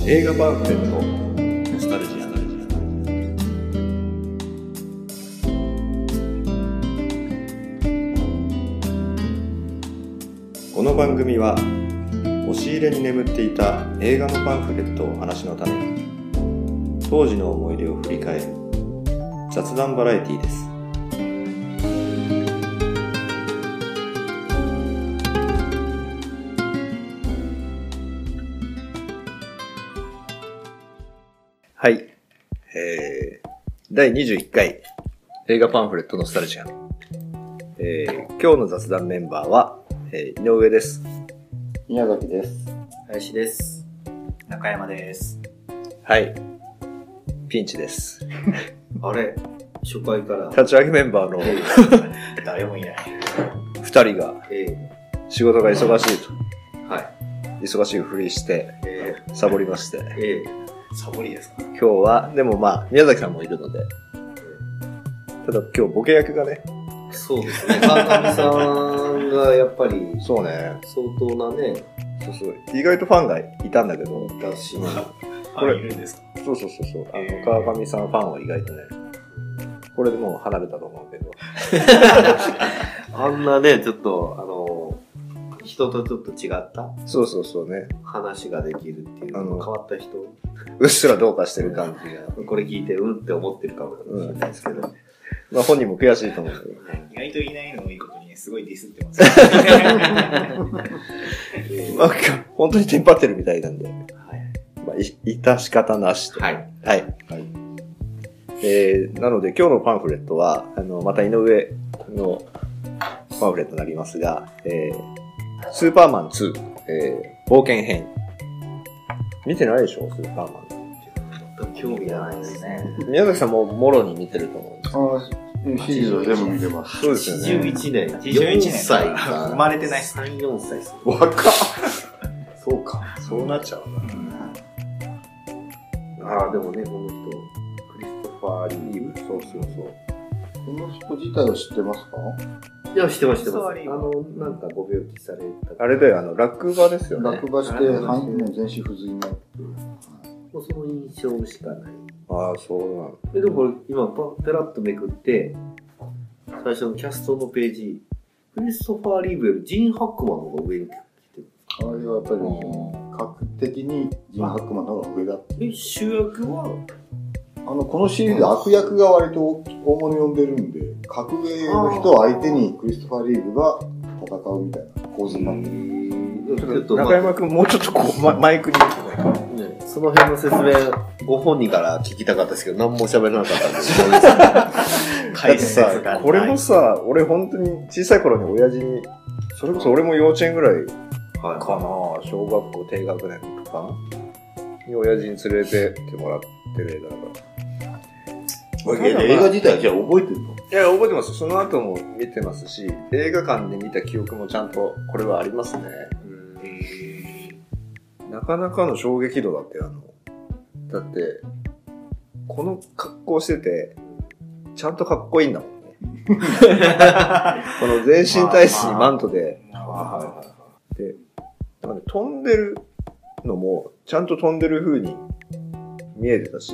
映画パンフレットノスタルジア。この番組は押し入れに眠っていた映画のパンフレットをお話のために当時の思い出を振り返る雑談バラエティです。はい、第21回映画パンフレットノスタルジア。今日の雑談メンバーは、井上です。 宮崎です。 林です。中山です。 はい、ピンチです。 あれ、初回から立ち上げメンバーの誰もいない 2人が仕事が忙しいと、忙しいふりしてサボりまして、 サボりですか。 今日はでもまあ宮崎さんもいるので、ただ今日ボケ役がね、 そうですね、川上さんがやっぱりそうね、 相当なね、 そう意外とファンがいたんだけど、 だし、 これいるんですか。 そう川上さんファンは意外とね、これでもう離れたと思うけどあんなね、ちょっと人とちょっと違ったそうね、 話ができるっていう変わった人、 うっすらどうかしてる感じがこれ聞いてって思ってるかもしれないですけど、 まあ本人も悔しいと思うけど意外といないのもいいことにね、すごいディスってますなんか本当にテンパってるみたいなんで、まあ、致し方なしと。はい。なので今日のパンフレットはまた井上のパンフレットになりますが、スーパーマン2、冒険編。見てないでしょ、スーパーマン。 興味がないですね。 宮崎さんももろに見てると思うんです。 シリーズは全部見てます。 そうですよね。 81年。 81年。 4歳か。 生まれてないっす。 3、4歳です。 若っ。そうか。 そうなっちゃうな。 ああ、でもね、この人、クリストファー・リーブ。 そう。 この人自体は知ってますか？ いや、知ってます。なんかご病気された。 あれだよ、落馬ですよね。 落馬して、もう全身不随になって。 もうその印象しかない。 ああ、そうなの。 でもこれ、今、ペラッとめくって、最初のキャストのページ、クリストファー・リーブよりジン・ハックマンの方が上に来てる。 あれはやっぱり、格的にジン・ハックマンの方が上だって。 主役はこのシリーズ悪役が割と大物呼んでるんで、格上の人を相手にクリストファー・リーブが戦うみたいな構図になってる。 中山くんもうちょっとこう、マイクに言ってね、その辺の説明、ご本人から聞きたかったですけど、何も喋らなかったんですけど。 だってさ、これもさ、俺本当に小さい頃に親父に、それこそ俺も幼稚園ぐらいかな、小学校低学年とかに親父に連れてってもらってる映画だから。 映画自体はじゃあ覚えてるの？ いや、覚えてます。その後も見てますし、映画館で見た記憶もちゃんとこれはありますね。なかなかの衝撃度だってだってこの格好しててちゃんとかっこいいんだもんね。この全身タイツにマントで、で、なんかね、飛んでるのもちゃんと飛んでる風に見えてたし、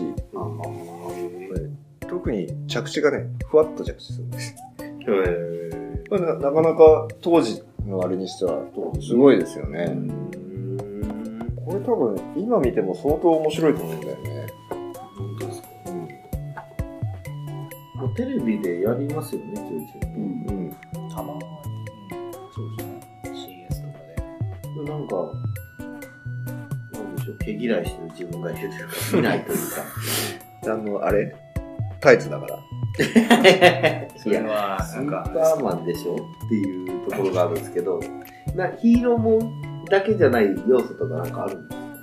特に着地がね、ふわっと着地するんです。なかなか当時のあれにしてはすごいですよね。これ多分今見ても相当面白いと思うんだよね。 本当ですか？もうテレビでやりますよね、ちょいちょい。 たまに。そうですね。CS とかで。なんか、なんでしょう、毛嫌いしてる自分がいるというか、見ないというか。 あれタイツだから。 それはスーパーマンでしょっていうところがあるんですけど、ヒーローもんだけじゃない要素とかなんかあるんですか？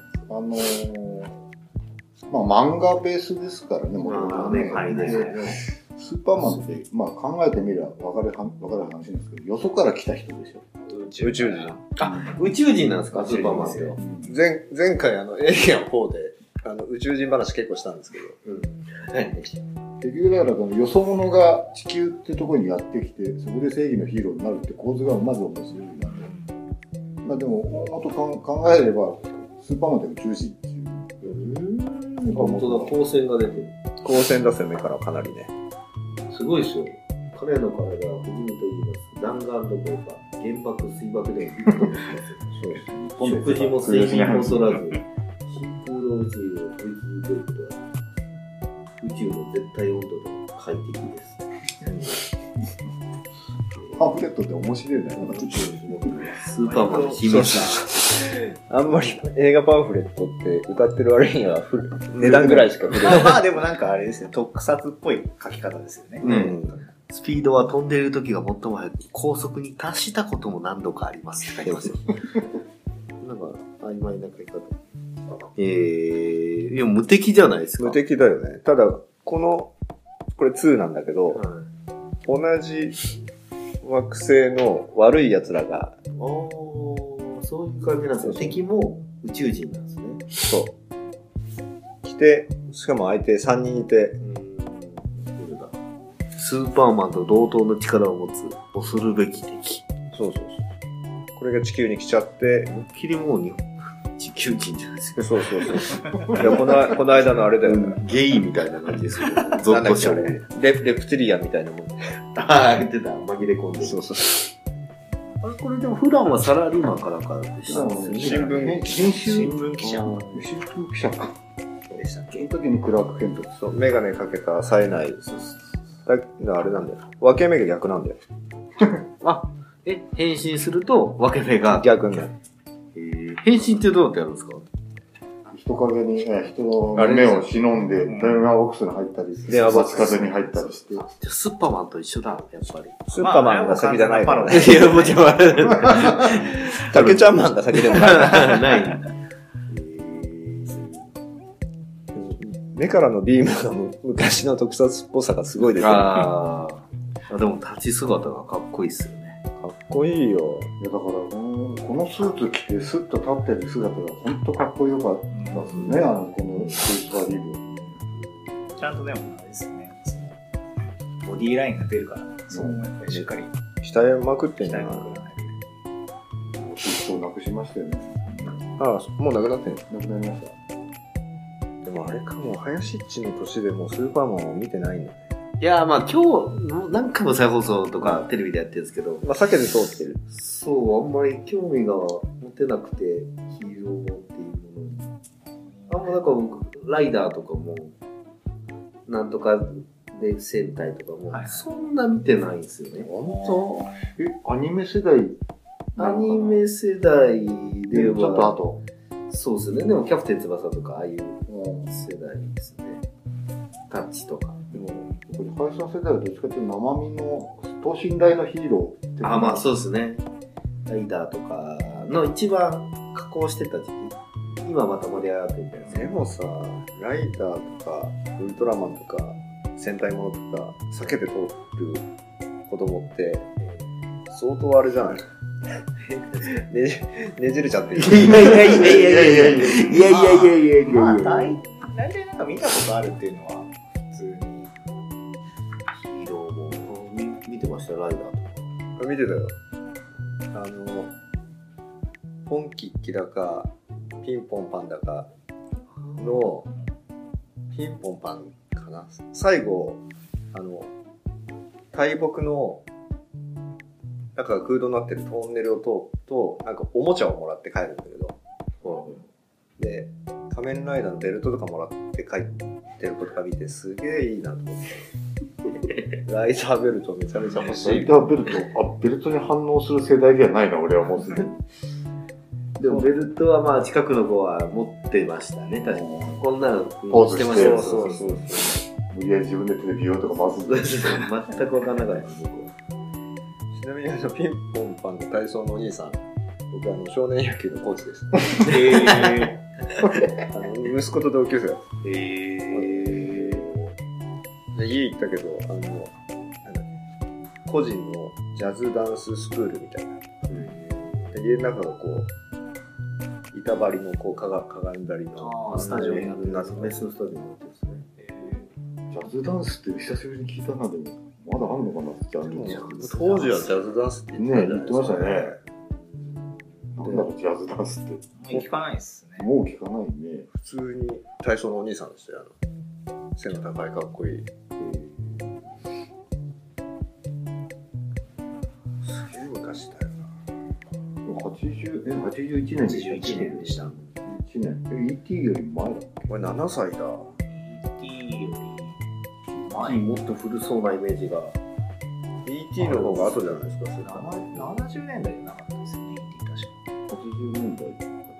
漫画ベースですからね、もともとね。スーパーマンって、考えてみれば分かる話なんですけど、よそから来た人でしょ。 宇宙人。 宇宙人なんですか、スーパーマンって。 前回エイリアン4で宇宙人話結構したんですけど。 結局だからよそ者が地球ってところにやってきて、そこで正義のヒーローになるって構図がまず面白いなと。でも、もっと考えれば、スーパーマンって宇宙人っていう本当だ、光線が出てる。 光線出すよ、目からかなりね。 すごいですよ。彼の体は不死身と言います。弾丸どころか、原爆、水爆でもビッともしますよ。食事も睡眠も取らず、真空の宇宙を飛び続けることができる。宇宙の絶対温度で快適です。 パンフレットって面白いね。 スーパーマンの秘密だ。 あんまり映画パンフレットって歌ってる割には値段ぐらいしか触れない。 まあでもなんかあれですね、特撮っぽい書き方ですよね。 うん。 スピードは飛んでいる時が最も速く、高速に達したことも何度かありますって書いてますよ。なんか、曖昧な書き方。いや、無敵じゃないですか。 無敵だよね。ただ、これ2なんだけど、同じ惑星の悪い奴らが、 そういう感じなんですよ。敵も宇宙人なんですね。 そう。来て、しかも相手3人いて、 スーパーマンと同等の力を持つ恐るべき敵。 そう。これが地球に来ちゃって、 思いっきりもう地球人じゃないですか。 そう。いや、この間のあれだよね。 ゲイみたいな感じですよね。ゾッとしちゃう。 レプテリアンみたいなもん。 言ってた。紛れ込んで。 そう。 あれ、これでも普段はサラリーマンかなんかでしたね。 新聞記者か。 でしたっけ？ その時にクラーク・ケント。 そう、メガネかけた冴えない。あれなんだよ。分け目が逆なんだよ。 変身すると分け目が逆になる。 変身ってどうやってやるんですか？ 人影に、人の目を忍んで、電話ボックスに入ったり、 電話ボックス風に入ったりして。 じゃあスーパーマンと一緒だ、やっぱり。 スーパーマンが先じゃないからね。 いや、もちろん。 タケちゃんマンが先でもない。 ないんだ。 目からのビームが昔の特撮っぽさがすごいですよね。 でも立ち姿がかっこいいっすよね。 かっこいいよ。 いやだからこのスーツ着てスッと立ってる姿が本当かっこよかったですね、このクリストファー・リーブ。 ちゃんとでもあれですよね、ボディーラインが出るから、そうやっぱりしっかり鍛えまくってんじゃない？ スーツをなくしましたよね。 もうなくなってんの？ なくなりました。 でもあれか、もう林っちの年でもうスーパーマンを見てないんだね。 いや、まあ今日、何回も再放送とかテレビでやってるんですけど。 避けて通ってる。 そう、あんまり興味が持てなくて、ヒーローっていうものに。あんまなんか僕、ライダーとかも、なんとかで戦隊とかも、そんな見てないんですよね。 本当？アニメ世代？ アニメ世代では、 ちょっと後。 そうですね。でもキャプテン翼とか、ああいう世代ですね。タッチとか。 でも、林さん世代はどっちかというと生身の等身大のヒーローって。 まあそうですね。ライダーとかの一番加工してた時期。今また盛り上がってるんですでもさ、ライダーとか、ウルトラマンとか、戦隊ものとか、避けて通る子供って、相当あれじゃないねじれちゃってる。 いや。 まあ、大体なんか見たことあるっていうのは、普通に。 ヒーローも見てました、ライダーとか。 見てたよ。ポンキッキだか、ピンポンパンだかの、ピンポンパンかな。最後、大木の、なんか空洞になってるトンネルを通ると、なんかおもちゃをもらって帰るんだけど、で、仮面ライダーのベルトとかもらって帰ってることが見て、すげえいいなと思って。ライダーベルトめちゃめちゃ欲しい。 ライダーベルト、ベルトに反応する世代ではないな、俺はもうすでに。 でもベルトはまあ近くの子は持ってましたね、確かに。こんなのポーズしてましたよ。 そう。 無理やり自分で手でビヨーとか回すんで。 全くわかんなかった、僕は。 ちなみにピンポンパンの体操のお兄さん、僕少年野球のコーチです。息子と同級生だった。で家行ったけど、個人のジャズダンススクールみたいな。で家の中がこう、板張りのこうかがんだりのスタジオになってる。 メスのスタジオになってるんですね。 ジャズダンスって久しぶりに聞いたな、でも。まだあんのかな、ジャズダンス。 当時はジャズダンスって言ってましたね。ななんだろう、ジャズダンスって。 もう聞かないですね。 もう聞かないね。 普通に体操のお兄さんでしたよ。背の高いかっこいい。すげえ昔だよな。 81年でしたっけ。 81年でした。 1年。ET より前だっけ。 これ7歳だ。 ET より前。 もっと古そうなイメージが。 ET の方が後じゃないですか、それ 70年代じゃなかったですよね、ET 確か。 80年代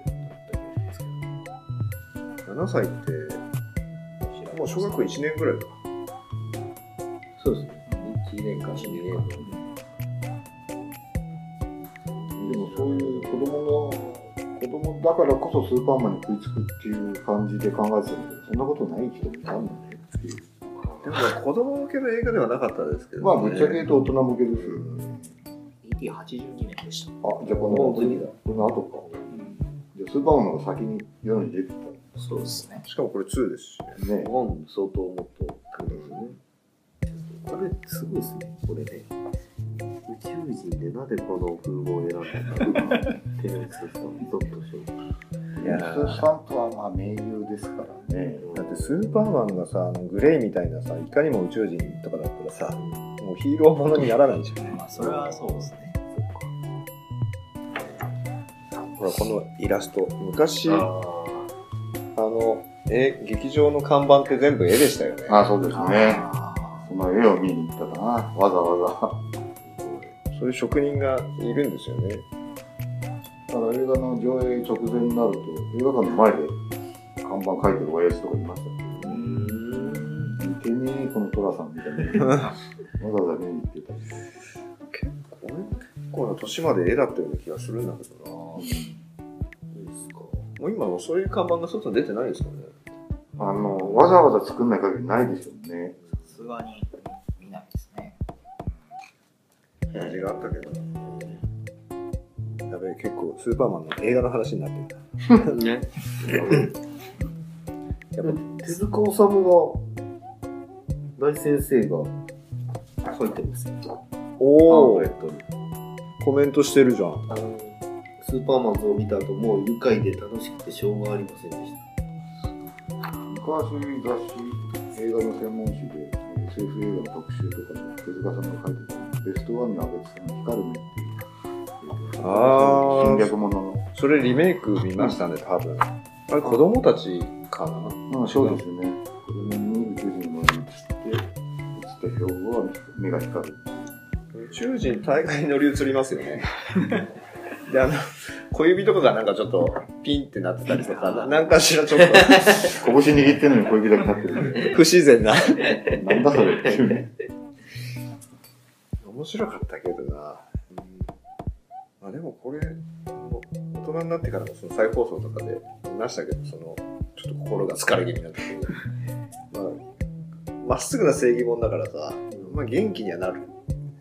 7歳ってもう小学校1年ぐらいか。 そうですね。1年か2年の。 でもそういう子供だからこそスーパーマンに食いつくっていう感じで考えてたんだけど、そんなことない人もいたんだねっていう。 でも子供向けの映画ではなかったですけど、ね、 まあぶっちゃけ言うと大人向けですよね。 ET82 年でした。 あ、じゃあこの後か。じゃあスーパーマンの方が先に世に出てそうですね。 しかもこれ2ですしね。 ね。 相当もっと来るんですよね。これすごいですね、これね。宇宙人でなぜこの風貌を選んだのか。テレビさん、ドッとしよう。 いやスタンプはまあ名優ですからね。 だってスーパーマンがさ、グレイみたいなさ、いかにも宇宙人とかだったらさ、もうヒーローものにならないじゃん。 まあ、それはそうですね。 ほら、このイラスト。昔、劇場の看板って全部絵でしたよね。 あ、そうですね。 あその絵を見に行ったかな、わざわそういう職人がいるんですよね。 ざ。だから映画の上映直前になると、映画館の前で看板書いてる親父とかいましたね。似てねえ、この寅さんみたいな。わざわざ見に行ってたり。 結構な年まで絵だったような気がするんだけどな。 いいですか。 もう今はそういう看板が外に出てないですかね。 わざわざ作んない限りないでしょうね。 さすがに見ないですね。 味があったけど。やべえ、結構スーパーマンの映画の話になってる。 ね。やっぱ手塚治虫が大先生が書いてますよ。 おー、 パンフレットにコメントしてるじゃん。 スーパーマンズを見た後、もう愉快で楽しくてしょうがありませんでした。 昔雑誌、映画の専門誌で SF 映画の特集とかで手塚さんが書いてたベストワンに挙げてたの光る目っていうあー侵略者の。 それリメイク見ましたね、多分。あれ子供たちかな。 うん、そうですね。子供に宇宙人の前に映った表後は目が光る。 宇宙人大概乗り移りますよね。で、小指とかがなんかちょっとピンってなってたりとか、なんかしらちょっと拳握ってるのに小指だけ立ってる。 不自然な。 なんだそれっていうね。 面白かったけどな。まあでもこれ、大人になってからもその再放送とかで見ましたけど、ちょっと心が疲れ気味になったけど、まっすぐな正義者だからさ、まあ元気にはなる。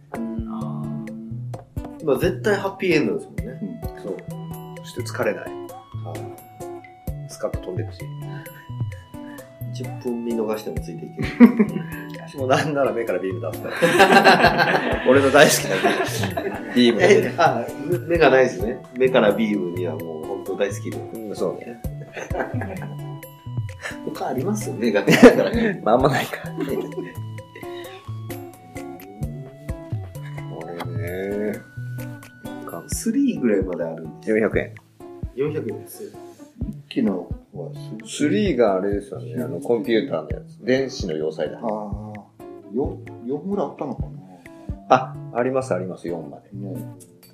まあ絶対ハッピーエンドですもんね。 そう。そして疲れない。スカッと飛んでるし。 10分見逃してもついていける。 もうなんなら目からビーム出すから俺の大好きなビームで、 あ、目がないですね。目からビームにはもう本当大好きで。 うん、そうね。 他あります目がないからね。 まあんまないか。これね。 3ぐらいまであるんですよ。 400円。 400円ですよ。 昨日は 3があれですよね。コンピューターのやつ。電子の要塞だ。 ああ、4ぐらいあったのかな。 ありますあります、4まで。 ね、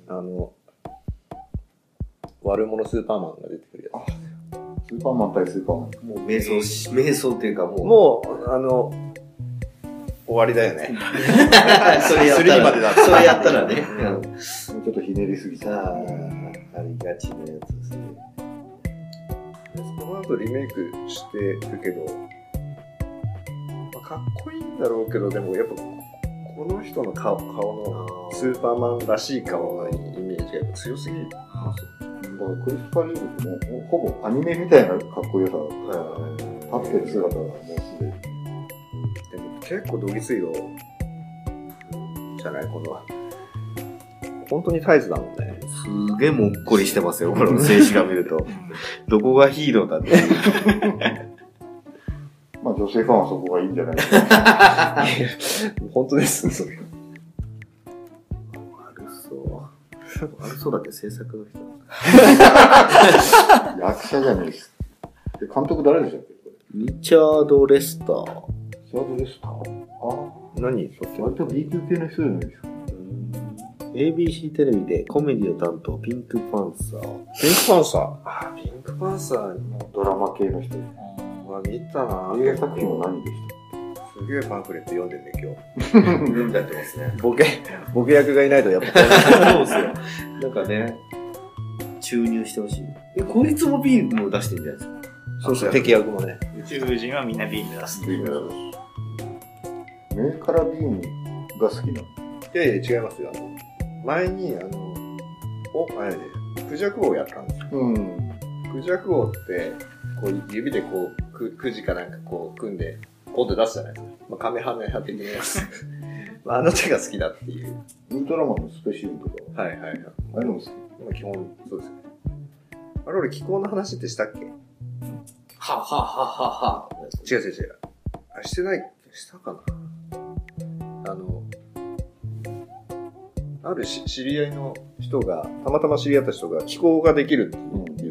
悪者スーパーマンが出てくるやスーパーマン対スーパーマン。 もう瞑想っていうかもつ。 う。 もう、終わりだよね。 それやったら、 3までだそれやったらね。 もうちょっとひねりすぎた。 ありがちなやつですね。 その後リメイクしてるけど、かっこいいんだろうけど、でもやっぱこの人の顔のスーパーマンらしい顔のイメージがやっぱ強すぎる。 クリスパー・リーブってもうほぼアニメみたいなかっこよさ、立ってる姿がもうすでに。 でも結構どぎついよじゃない、この本当にタイツだもんね。 すげえもっこりしてますよ、この静止画見ると。どこがヒーローだっていう。 まあ女性ファンはそこがいいんじゃないですか。 本当ですそれ。 悪そう。悪そうだって制作の人。 役者じゃないです。で、監督誰でしたっけこれ。 リチャード・レスター。 シャードレスター。あ何そっあ。割と B 級系の人じゃないですか。 ABC テレビでコメディを担当、ピンクパンサー。 ピンクパンサー。ピンクパンサーもドラマ系の人。 見たな。 映画作品は何でしすげえパンフレット読んでんね今日。 読んでやってますね。 ボケ役がいないとやっぱそうですよ。なんかね、注入してほしい。こいつもビールも出してるんじゃないですか。 そうそう、敵役もね。 宇宙人はみんなビーム出す。 た目からビームが好きなの？ いやいや違いますよ。前にあれね、クジャク王やったんですよ。クジャク王ってこう指でこうくじかなんかこう組んでポンと出すじゃないですか。まあカメハメハ的なやつ。あの手が好きだっていう。 ウルトラマンのスペシウムとか。 はいはいはい。 あれも好き。 まあ基本そうですよね。あれ俺気候の話ってしたっけ？ ははははは。 違う。あ、してない、したかな。ある知り合いの人が、たまたま知り合った人が気候ができるって言って、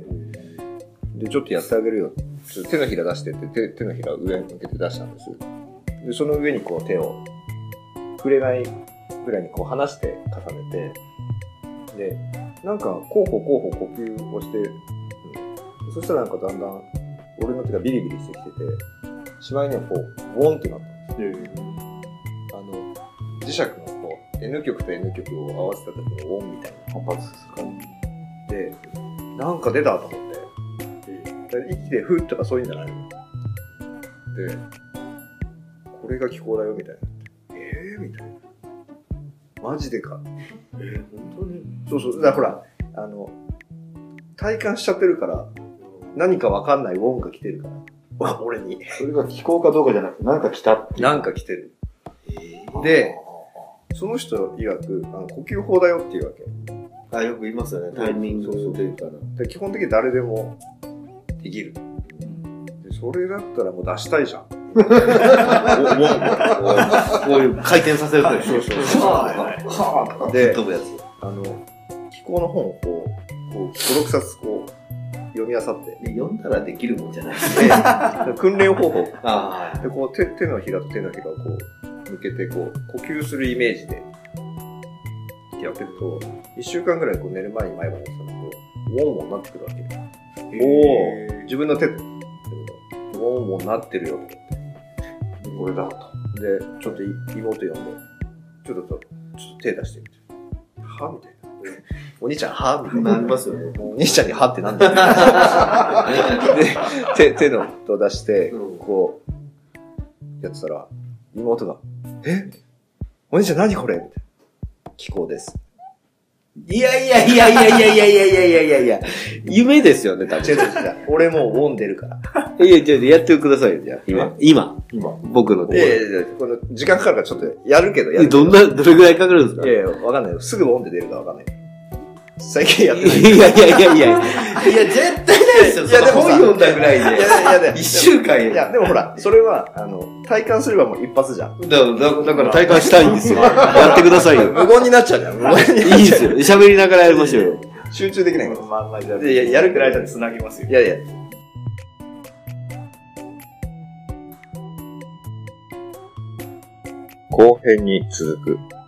で、ちょっとやってあげるよ。ちょっと手のひら出してって手のひらを上に向けて出したんです。で、その上にこう手を触れないぐらいにこう離して重ねて、で、なんか、候補呼吸をして、そしたらなんかだんだん俺の手がビリビリしてきてて、しまいにはこう、ウォンってなったんです。磁石のこう、N 極と N 極を合わせた時のウォンみたいな反発する感じで、なんか出たと思って、息でフーとかそういうんじゃないので、これが気候だよみたいな。みたいな。マジでか。本当にそう。だからほら、体感しちゃってるから、何かわかんないウォンが来てるから。俺に。 それが気候かどうかじゃなくて、なんか来たっていう。 なんか来てる。で、その人曰く、呼吸法だよっていうわけ。 あ、よく言いますよね。タイミングというかな。 で基本的に誰でもできる。でそれだったらもう出したいじゃん。こういう回転させるとそう。で、気候の本をこう5、6冊こう読み漁って。 読んだらできるもんじゃないですね。 訓練方法。 で、 こう手のひらと手のひらをこう向けてこう呼吸するイメージでやってると、1週間ぐらいこう寝る前に毎晩やってたらこうウォンウォンなってくるわけ。自分の手でウォンウォンなってるよって。これだと。で、ちょっと妹呼んで、ちょっと手出してみて。はみたいな。お兄ちゃん、はみたいな。 なりますよね。 お兄ちゃんにはってなんだよ。で、手のと出して、こう、やってたら、妹が、お兄ちゃん何これみたいな。気候です。 いや、夢ですよね、多分。 違う。俺もうウォン出るから。 やってくださいよ、じゃあ。今。僕のところ。 この時間かかるからちょっとやるけど。 どれぐらいかかるんですか？ いや、わかんない。すぐウォンで出るかわかんない。最近やってない。 いや、絶対ないですよ。いや、でも本読んだぐらいで。一週間いや、でもほら、それは、体感すればもう一発じゃん。 だから体感したいんですよ。やってくださいよ。 無言になっちゃうじゃん。無言になっちゃう。 いいですよ。喋りながらやりましょうよ。 集中できないから。 まあ、じゃあ、 やるくらいだって繋ぎますよ。 いや。後編に続く。